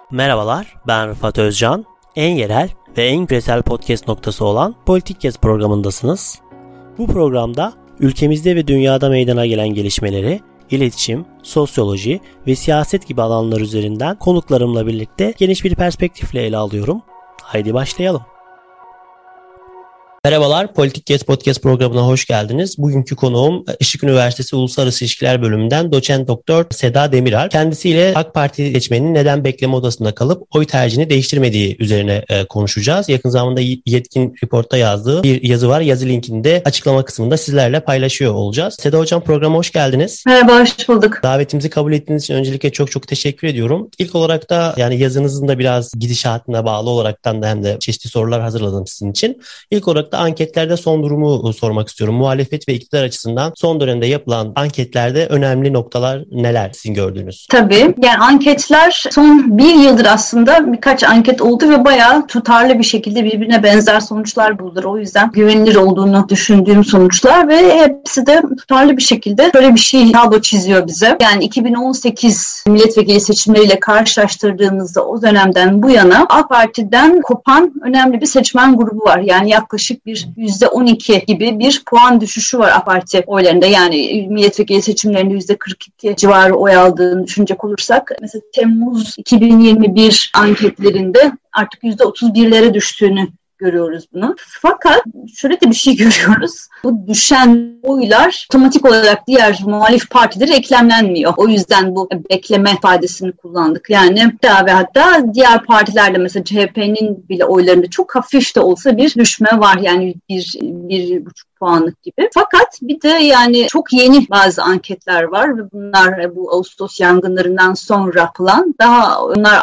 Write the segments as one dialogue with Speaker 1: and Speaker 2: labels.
Speaker 1: Merhabalar, ben Rıfat Özcan. En yerel ve en küresel podcast noktası olan Politikcast programındasınız. Bu programda ülkemizde ve dünyada meydana gelen gelişmeleri, iletişim, sosyoloji ve siyaset gibi alanlar üzerinden konuklarımla birlikte geniş bir perspektifle ele alıyorum. Haydi başlayalım. Merhabalar, Politikcast Podcast programına hoş geldiniz. Bugünkü konuğum Işık Üniversitesi Uluslararası İlişkiler Bölümünden Doçent Doktor Seda Demiral. Kendisiyle AK Parti seçmeninin neden bekleme odasında kalıp oy tercihini değiştirmediği üzerine konuşacağız. Yakın zamanda Yetkin Report'ta yazdığı bir yazı var. Yazı linkini de açıklama kısmında sizlerle paylaşıyor olacağız. Seda Hocam, programa hoş geldiniz.
Speaker 2: Merhaba, hoş bulduk.
Speaker 1: Davetimizi kabul ettiğiniz için öncelikle çok teşekkür ediyorum. İlk olarak da yani yazınızın da biraz gidişatına bağlı olaraktan da hem de çeşitli sorular hazırladım sizin için. İlk olarak da anketlerde son durumu sormak istiyorum. Muhalefet ve iktidar açısından son dönemde yapılan anketlerde önemli noktalar neler sizin gördüğünüz?
Speaker 2: Tabii. Yani anketler son bir yıldır aslında birkaç anket oldu ve bayağı tutarlı bir şekilde birbirine benzer sonuçlar buldular. O yüzden güvenilir olduğunu düşündüğüm sonuçlar ve hepsi de tutarlı bir şekilde böyle bir şey tablo çiziyor bize. Yani 2018 milletvekili seçimleriyle karşılaştırdığımızda o dönemden bu yana AK Parti'den kopan önemli bir seçmen grubu var. Yani yaklaşık bir %12 gibi bir puan düşüşü var AK Parti oylarında. Yani milletvekili seçimlerinde %42 civarı oy aldığını düşünecek olursak mesela Temmuz 2021 anketlerinde artık %31'lere düştüğünü görüyoruz bunu. Fakat şöyle de bir şey görüyoruz. Bu düşen oylar otomatik olarak diğer muhalif partilere eklemlenmiyor. O yüzden bu bekleme ifadesini kullandık. Yani daha ve hatta diğer partilerde mesela CHP'nin bile oylarında çok hafif de olsa bir düşme var. Yani bir buçuk puanlık gibi. Fakat bir de yani çok yeni bazı anketler var ve bunlar bu Ağustos yangınlarından sonra yapılan onlar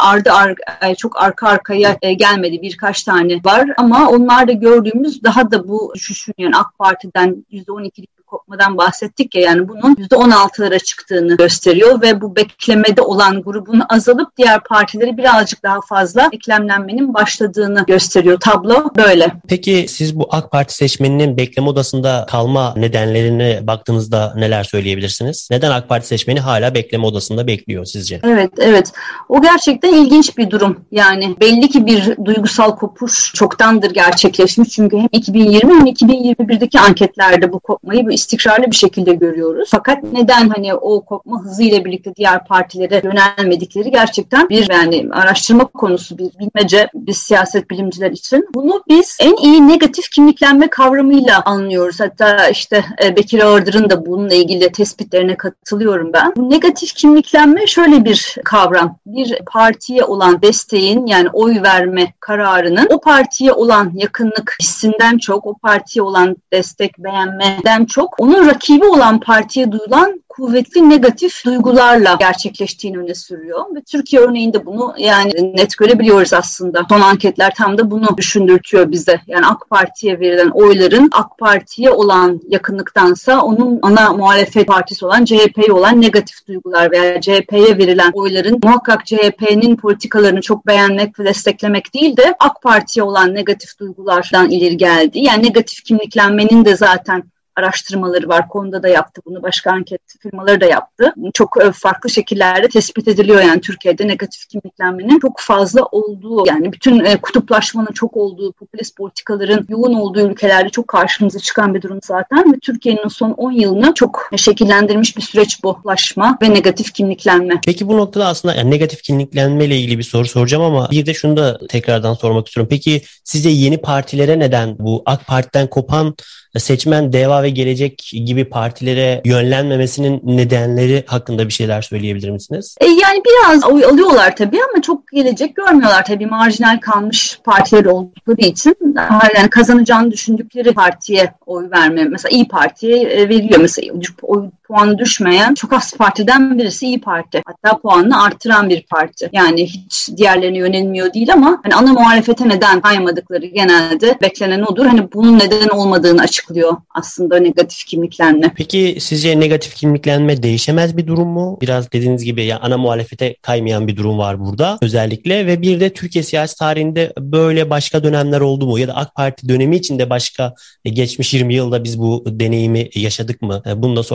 Speaker 2: çok arka arkaya gelmedi. Birkaç tane var ama onlarda gördüğümüz daha da bu düşüşün yani AK Parti'den %12'lik bir kopmadan bahsettik ya yani bunun %16'lara çıktığını gösteriyor ve bu beklemede olan grubun azalıp diğer partileri birazcık daha fazla eklemlenmenin başladığını gösteriyor. Tablo böyle.
Speaker 1: Peki siz bu AK Parti seçmeninin bekleme odasında kalma nedenlerine baktığınızda neler söyleyebilirsiniz? Neden AK Parti seçmeni hala bekleme odasında bekliyor sizce?
Speaker 2: Evet. O gerçekten ilginç bir durum. Yani belli ki bir duygusal kopuş çoktandır gerçekleşmiş. Çünkü hem 2020 hem 2021'deki anketlerde bu kopmayı istikrarlı bir şekilde görüyoruz. Fakat neden hani o kopma hızıyla birlikte diğer partilere yönelmedikleri gerçekten bir yani araştırma konusu, bir bilmece biz siyaset bilimciler için. Bunu biz en iyi negatif kimliklenme kavramıyla anlıyoruz. Hatta işte Bekir Ağırdır'ın da bununla ilgili tespitlerine katılıyorum ben. Bu negatif kimliklenme şöyle bir kavram. Bir partiye olan desteğin yani oy verme kararının o partiye olan yakınlık hissinden çok, o partiye olan destek beğenmeden çok onun rakibi olan partiye duyulan kuvvetli negatif duygularla gerçekleştiğini öne sürüyor. Ve Türkiye örneğinde bunu yani net görebiliyoruz aslında. Son anketler tam da bunu düşündürtüyor bize. Yani AK Parti'ye verilen oyların AK Parti'ye olan yakınlıktansa onun ana muhalefet partisi olan CHP'ye olan negatif duygular veya CHP'ye verilen oyların muhakkak CHP'nin politikalarını çok beğenmek ve desteklemek değil de AK Parti'ye olan negatif duygulardan ileri geldi. Yani negatif kimliklenmenin de zaten araştırmaları var. Konuda da yaptı bunu. Başka anket firmaları da yaptı. Çok farklı şekillerde tespit ediliyor yani Türkiye'de negatif kimliklenmenin çok fazla olduğu yani bütün kutuplaşmanın çok olduğu, popülist politikaların yoğun olduğu ülkelerde çok karşımıza çıkan bir durum zaten ve Türkiye'nin son 10 yılını çok şekillendirmiş bir süreç bulaşma ve negatif kimliklenme.
Speaker 1: Peki bu noktada aslında yani negatif kimliklenme ile ilgili bir soru soracağım ama bir de şunu da tekrardan sormak istiyorum. Peki sizce yeni partilere neden bu AK Parti'den kopan seçmen Deva ve Gelecek gibi partilere yönlenmemesinin nedenleri hakkında bir şeyler söyleyebilir misiniz?
Speaker 2: Yani biraz oy alıyorlar tabii ama çok gelecek görmüyorlar tabii. Marjinal kalmış partiler oldukları için yani kazanacağını düşündükleri partiye oy verme. Mesela İYİ Parti'ye veriyor. Mesela oy puanı düşmeyen çok az partiden birisi İYİ Parti. Hatta puanını artıran bir parti. Yani hiç diğerlerine yönelmiyor değil ama hani ana muhalefete neden kaymadıkları genelde beklenen odur. Hani bunun neden olmadığını açıklıyor aslında negatif kimliklenme.
Speaker 1: Peki sizce negatif kimliklenme değişemez bir durum mu? Biraz dediğiniz gibi ya ana muhalefete kaymayan bir durum var burada özellikle ve bir de Türkiye siyasi tarihinde böyle başka dönemler oldu mu? Ya da AK Parti dönemi içinde başka geçmiş 20 yılda biz bu deneyimi yaşadık mı? Bunu da sormak isterim.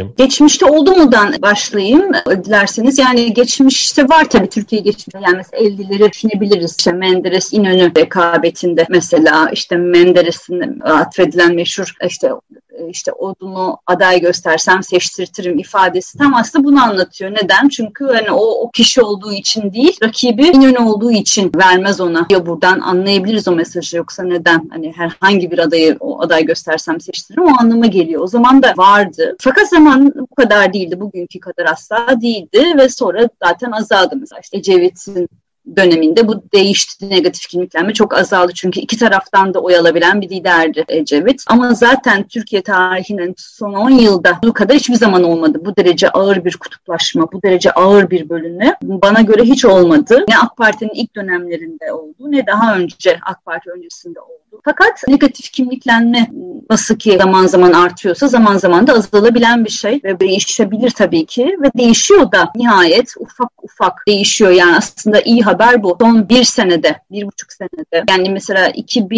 Speaker 1: diyelim?
Speaker 2: Geçmişte oldu mudan başlayayım dilerseniz. Yani geçmişte var tabii, Türkiye geçmişte. Yani mesela 50'leri düşünebiliriz. İşte Menderes İnönü rekabetinde mesela, işte Menderes'in atfedilen meşhur işte odunu aday göstersem seçtirtirim ifadesi tam aslında bunu anlatıyor. Neden? Çünkü hani o kişi olduğu için değil, rakibi İnönü olduğu için vermez ona. Ya buradan anlayabiliriz o mesajı, yoksa neden? Hani herhangi bir o aday göstersem seçtiririm, o anlama geliyor. O zaman da vardı. Fakat zaman bu kadar değildi. Bugünkü kadar asla değildi ve sonra zaten azaldı. Mesela işte Ecevit'in döneminde bu değişti. Negatif kimliklenme çok azaldı. Çünkü iki taraftan da oy alabilen bir liderdi Ecevit. Ama zaten Türkiye tarihinin son 10 yılda bu kadar hiçbir zaman olmadı. Bu derece ağır bir kutuplaşma, bu derece ağır bir bölünme bana göre hiç olmadı. Ne AK Parti'nin ilk dönemlerinde oldu, ne daha önce AK Parti öncesinde oldu. Fakat negatif kimliklenme nasıl ki zaman zaman artıyorsa zaman zaman da azalabilen bir şey ve değişebilir tabii ki ve değişiyor da nihayet ufak ufak değişiyor. Yani aslında iyi haber bu. Son 1,5 senede yani mesela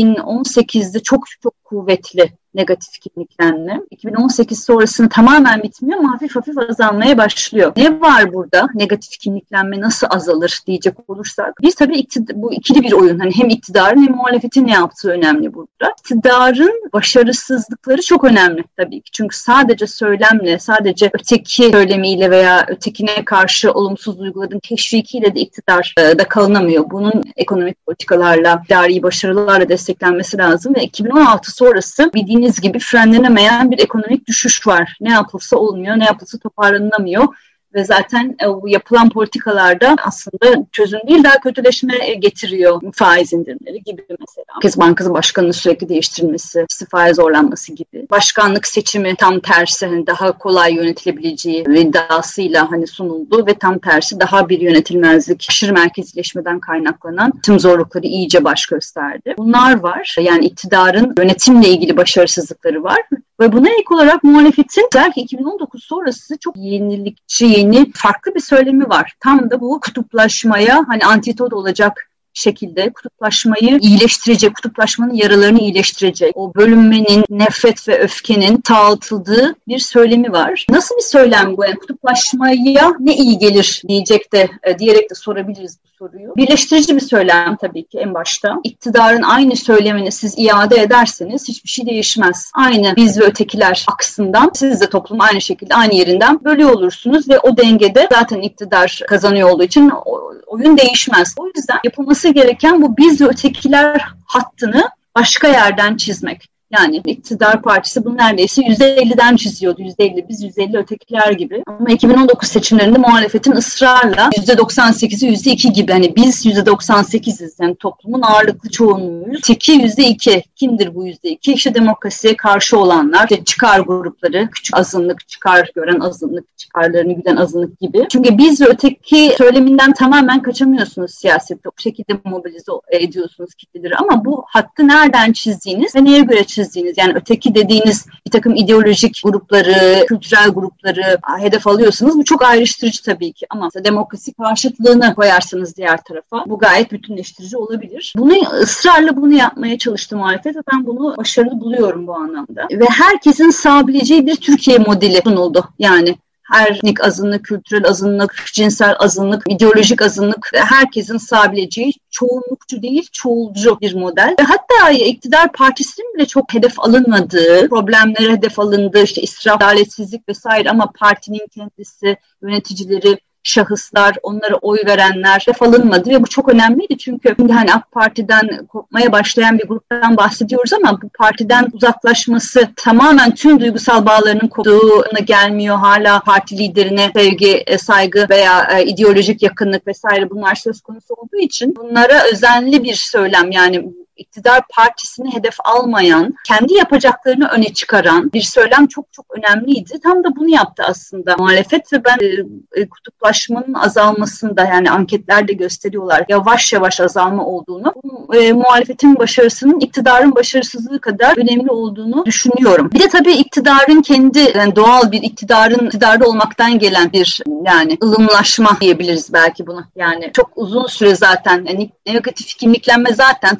Speaker 2: 2018'de çok çok kuvvetli negatif kimliklenme. 2018 sonrasını tamamen bitmiyor ama hafif hafif azalmaya başlıyor. Ne var burada? Negatif kimliklenme nasıl azalır diyecek olursak. Bir tabii bu ikili bir oyun. Hani hem iktidarın hem muhalefetin ne yaptığı önemli burada. İktidarın başarısızlıkları çok önemli tabii ki. Çünkü sadece söylemle, sadece öteki söylemiyle veya ötekine karşı olumsuz duyguların teşvikiyle de iktidar da kalınamıyor. Bunun ekonomik politikalarla, idari başarılarla desteklenmesi lazım ve 2016 sonrası bildiğiniz gibi frenlenemeyen bir ekonomik düşüş var. Ne yapılsa olmuyor, ne yapılsa toparlanamıyor. Ve zaten bu yapılan politikalarda aslında çözüm değil, daha kötüleşme getiriyor. Faiz indirimleri gibi mesela. Merkez Bankası Başkanı'nın sürekli değiştirilmesi, istifaya zorlanması gibi. Başkanlık seçimi tam tersi, hani daha kolay yönetilebileceği iddiasıyla hani sunuldu ve tam tersi daha bir yönetilmezlik, aşırı merkezileşmeden kaynaklanan tüm zorlukları iyice baş gösterdi. Bunlar var. Yani iktidarın yönetimle ilgili başarısızlıkları var. Ve buna ek olarak muhalefetin özellikle 2019 sonrası çok yenilikçi, yeni, farklı bir söylemi var. Tam da bu kutuplaşmaya hani antitod olacak şekilde kutuplaşmayı iyileştirecek, kutuplaşmanın yaralarını iyileştirecek, o bölünmenin, nefret ve öfkenin sağaltıldığı bir söylemi var. Nasıl bir söylem bu? Yani kutuplaşmaya ne iyi gelir diyerek de sorabiliriz bu soruyu. Birleştirici bir söylem tabii ki en başta. İktidarın aynı söylemini siz iade ederseniz hiçbir şey değişmez. Aynı biz ve ötekiler aksından siz de toplumu aynı şekilde aynı yerinden bölüyor olursunuz ve o dengede zaten iktidar kazanıyor olduğu için oyun değişmez. O yüzden yapılması gereken bu biz ve ötekiler hattını başka yerden çizmek. Yani iktidar partisi bunu neredeyse %50'den çiziyordu. %50 biz, %50 ötekiler gibi. Ama 2019 seçimlerinde muhalefetin ısrarla %98'i %2 gibi. Hani biz %98'iz. Yani toplumun ağırlıklı çoğunluğuyuz. Öteki %2. Kimdir bu %2? İşte demokrasiye karşı olanlar, işte çıkar grupları, küçük azınlık, çıkar gören azınlık, çıkarlarını güden azınlık gibi. Çünkü biz ve öteki söyleminden tamamen kaçamıyorsunuz siyasette. O şekilde mobilize ediyorsunuz kitleleri. Ama bu hattı nereden çizdiğiniz ve neye göre çizdiğiniz, yani öteki dediğiniz bir takım ideolojik grupları, kültürel grupları hedef alıyorsunuz. Bu çok ayrıştırıcı tabii ki ama demokrasi karşıtlığını koyarsanız diğer tarafa bu gayet bütünleştirici olabilir. Israrla bunu yapmaya çalıştı muhalefet ve ben bunu başarılı buluyorum bu anlamda. Ve herkesin sığabileceği bir Türkiye modeli sunuldu. Yani her etnik azınlık, kültürel azınlık, cinsel azınlık, ideolojik azınlık, herkesin sığabileceği çoğunlukçu değil, çoğulcu bir model. Ve hatta iktidar partisinin bile çok hedef alınmadığı, problemlere hedef alındığı, işte israf, adaletsizlik vesaire ama partinin kendisi, yöneticileri, şahıslar, onlara oy verenler hedef alınmadı ve bu çok önemliydi çünkü hani AK Parti'den kopmaya başlayan bir gruptan bahsediyoruz ama bu partiden uzaklaşması tamamen tüm duygusal bağlarının koptuğuna gelmiyor. Hala parti liderine sevgi, saygı veya ideolojik yakınlık vesaire bunlar söz konusu olduğu için bunlara özenli bir söylem, yani iktidar partisini hedef almayan, kendi yapacaklarını öne çıkaran bir söylem çok çok önemliydi. Tam da bunu yaptı aslında muhalefet ve ben kutuplaşmanın azalmasında, yani anketler de gösteriyorlar, yavaş yavaş azalma olduğunu, muhalefetin başarısının iktidarın başarısızlığı kadar önemli olduğunu düşünüyorum. Bir de tabii iktidarın kendi, yani doğal bir iktidarda olmaktan gelen bir yani ılımlaşma diyebiliriz belki buna. Yani çok uzun süre zaten negatif kimliklenme zaten tıpkı popülizm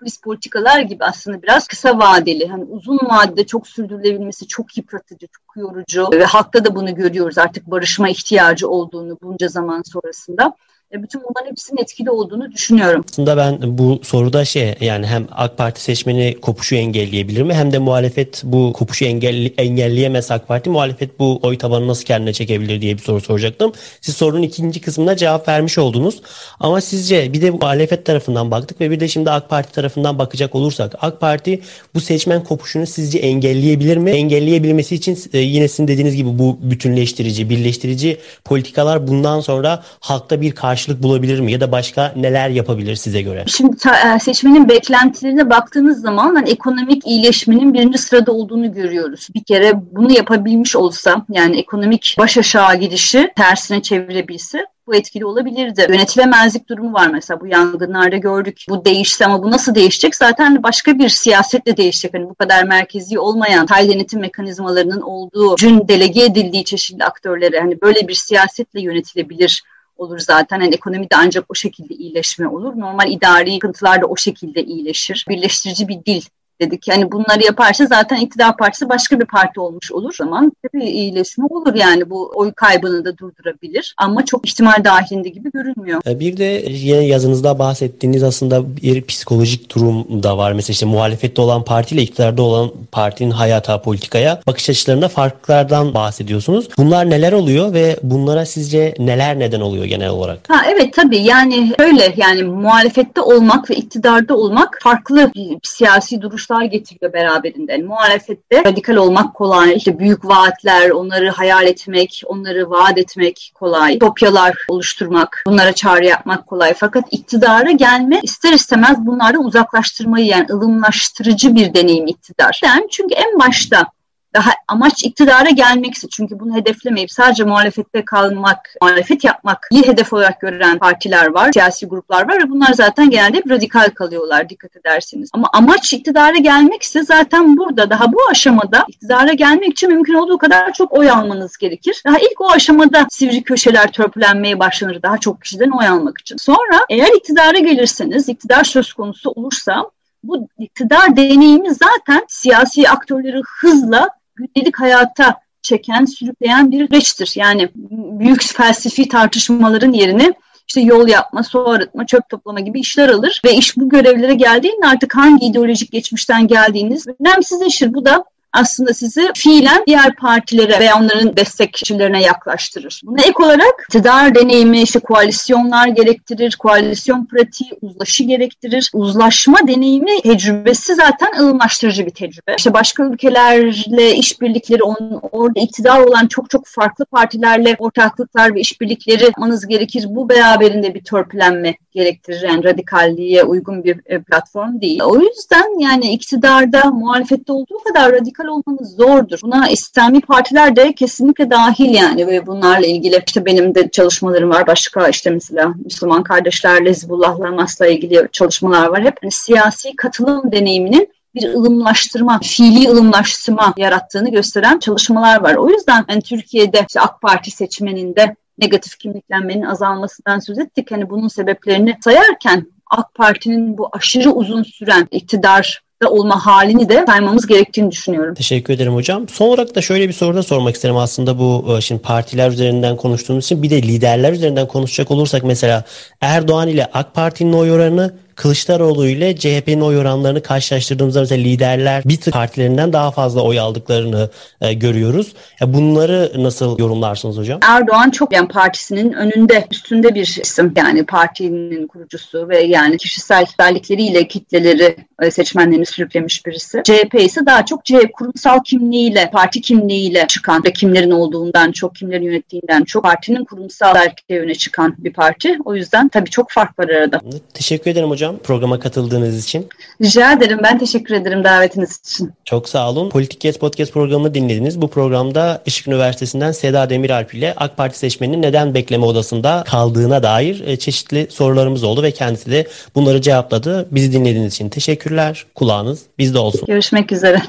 Speaker 2: popülist politikalar gibi aslında biraz kısa vadeli. Hani uzun vadede çok sürdürülebilmesi çok yıpratıcı, çok yorucu ve halkta da bunu görüyoruz artık barışma ihtiyacı olduğunu bunca zaman sonrasında. Bütün bunların hepsinin etkili olduğunu düşünüyorum.
Speaker 1: Aslında ben bu soruda yani hem AK Parti seçmeni kopuşu engelleyebilir mi hem de muhalefet bu kopuşu engelleyemez AK Parti, muhalefet bu oy tabanını nasıl kendine çekebilir diye bir soru soracaktım. Siz sorunun ikinci kısmına cevap vermiş oldunuz. Ama sizce bir de bu muhalefet tarafından baktık ve bir de şimdi AK Parti tarafından bakacak olursak AK Parti bu seçmen kopuşunu sizce engelleyebilir mi? Engelleyebilmesi için yine sizin dediğiniz gibi bu bütünleştirici, birleştirici politikalar bundan sonra halkta bir karşılık bulabilir mi? Ya da başka neler yapabilir size göre?
Speaker 2: Şimdi seçmenin beklentilerine baktığınız zaman hani ekonomik iyileşmenin birinci sırada olduğunu görüyoruz. Bir kere bunu yapabilmiş olsa yani ekonomik baş aşağı gidişi tersine çevirebilse bu etkili olabilirdi. Yönetilemezlik durumu var mesela bu yangınlarda gördük. Bu değişti ama bu nasıl değişecek? Zaten başka bir siyasetle değişecek. Hani bu kadar merkezi olmayan tay denetim mekanizmalarının olduğu, delege edildiği çeşitli aktörlere hani böyle bir siyasetle yönetilebilir olur zaten. Yani ekonomi de ancak o şekilde iyileşme olur. Normal idari yıkıntılar da o şekilde iyileşir. Birleştirici bir dil dedik. Yani bunları yaparsa zaten iktidar partisi başka bir parti olmuş olur. O zaman tabii iyileşme olur yani bu oy kaybını da durdurabilir. Ama çok ihtimal dahilinde gibi görünmüyor.
Speaker 1: Bir de yine yazınızda bahsettiğiniz aslında bir psikolojik durum da var. Mesela işte muhalefette olan partiyle iktidarda olan partinin hayata, politikaya bakış açılarında farklardan bahsediyorsunuz. Bunlar neler oluyor ve bunlara sizce neler neden oluyor genel olarak?
Speaker 2: Evet tabii yani öyle yani muhalefette olmak ve iktidarda olmak farklı bir siyasi duruş getiriyor beraberinde. Yani muhalefette radikal olmak kolay. İşte büyük vaatler, onları hayal etmek, onları vaat etmek kolay. Ütopyalar oluşturmak, bunlara çağrı yapmak kolay. Fakat iktidara gelme ister istemez bunlardan uzaklaştırmayı yani ılımlaştırıcı bir deneyim iktidar. Çünkü en başta daha amaç iktidara gelmekse çünkü bunu hedeflemeyip sadece muhalefette kalmak, muhalefet yapmak iyi hedef olarak gören partiler var, siyasi gruplar var ve bunlar zaten genelde hep radikal kalıyorlar dikkat ederseniz. Ama amaç iktidara gelmekse zaten burada daha bu aşamada iktidara gelmek için mümkün olduğu kadar çok oy almanız gerekir. Daha ilk o aşamada sivri köşeler törpülenmeye başlanır daha çok kişiden oy almak için. Sonra eğer iktidara gelirseniz, iktidar söz konusu olursa bu iktidar deneyimi zaten siyasi aktörleri hızla gündelik hayata çeken, sürükleyen bir süreçtir. Yani büyük felsefi tartışmaların yerine işte yol yapma, su arıtma, çöp toplama gibi işler alır ve iş bu görevlere geldiğinde artık hangi ideolojik geçmişten geldiğiniz önemsizleşir. Bu da aslında sizi fiilen diğer partilere veya onların destekçilerine yaklaştırır. Buna ek olarak iktidar deneyimi, işte koalisyonlar gerektirir, koalisyon pratiği, uzlaşı gerektirir. Uzlaşma deneyimi, tecrübesi zaten ılımlaştırıcı bir tecrübe. İşte başka ülkelerle işbirlikleri, orada iktidar olan çok çok farklı partilerle ortaklıklar ve işbirlikleri yapmanız gerekir. Bu beraberinde bir törpülenme gerektirir. Yani radikalliğe uygun bir platform değil. O yüzden yani iktidarda, muhalefette olduğu kadar radikal olmanız zordur. Buna İslami partiler de kesinlikle dahil yani ve bunlarla ilgili işte benim de çalışmalarım var. Başka işte mesela Müslüman kardeşlerle, Hizbullah'la, Hamas'la ilgili çalışmalar var. Hep hani siyasi katılım deneyiminin bir ılımlaştırma, fiili ılımlaştırma yarattığını gösteren çalışmalar var. O yüzden yani Türkiye'de işte AK Parti seçmeninde negatif kimliklenmenin azalmasından söz ettik. Hani bunun sebeplerini sayarken AK Parti'nin bu aşırı uzun süren iktidar olma halini de saymamız gerektiğini düşünüyorum.
Speaker 1: Teşekkür ederim hocam. Son olarak da şöyle bir soru da sormak isterim aslında bu şimdi partiler üzerinden konuştuğumuz için bir de liderler üzerinden konuşacak olursak mesela Erdoğan ile AK Parti'nin oy oranı Kılıçdaroğlu ile CHP'nin oy oranlarını karşılaştırdığımızda mesela liderler bir tık partilerinden daha fazla oy aldıklarını görüyoruz. Bunları nasıl yorumlarsınız hocam?
Speaker 2: Erdoğan çok yani partisinin önünde, üstünde bir isim. Yani partinin kurucusu ve yani kişisel özellikleriyle kitleleri, seçmenlerini sürüklemiş birisi. CHP ise daha çok kurumsal kimliğiyle, parti kimliğiyle çıkan ve kimlerin olduğundan çok, kimlerin yönettiğinden çok partinin kurumsal özellikleri öne çıkan bir parti. O yüzden tabii çok fark var arada.
Speaker 1: Teşekkür ederim hocam programa katıldığınız için.
Speaker 2: Rica ederim. Ben teşekkür ederim davetiniz için.
Speaker 1: Çok sağ olun. Politik Podcast programını dinlediniz. Bu programda Işık Üniversitesi'nden Seda Demiralp ile AK Parti seçmeninin neden bekleme odasında kaldığına dair çeşitli sorularımız oldu ve kendisi de bunları cevapladı. Bizi dinlediğiniz için teşekkürler. Kulağınız bizde olsun.
Speaker 2: Görüşmek üzere.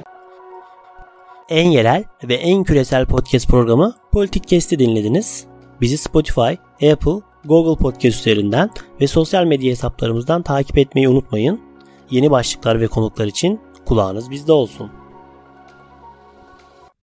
Speaker 1: En yerel ve en küresel podcast programı Politikcast'i dinlediniz. Bizi Spotify, Apple, Google Podcast üzerinden ve sosyal medya hesaplarımızdan takip etmeyi unutmayın. yeni başlıklar ve konuklar için kulağınız bizde olsun.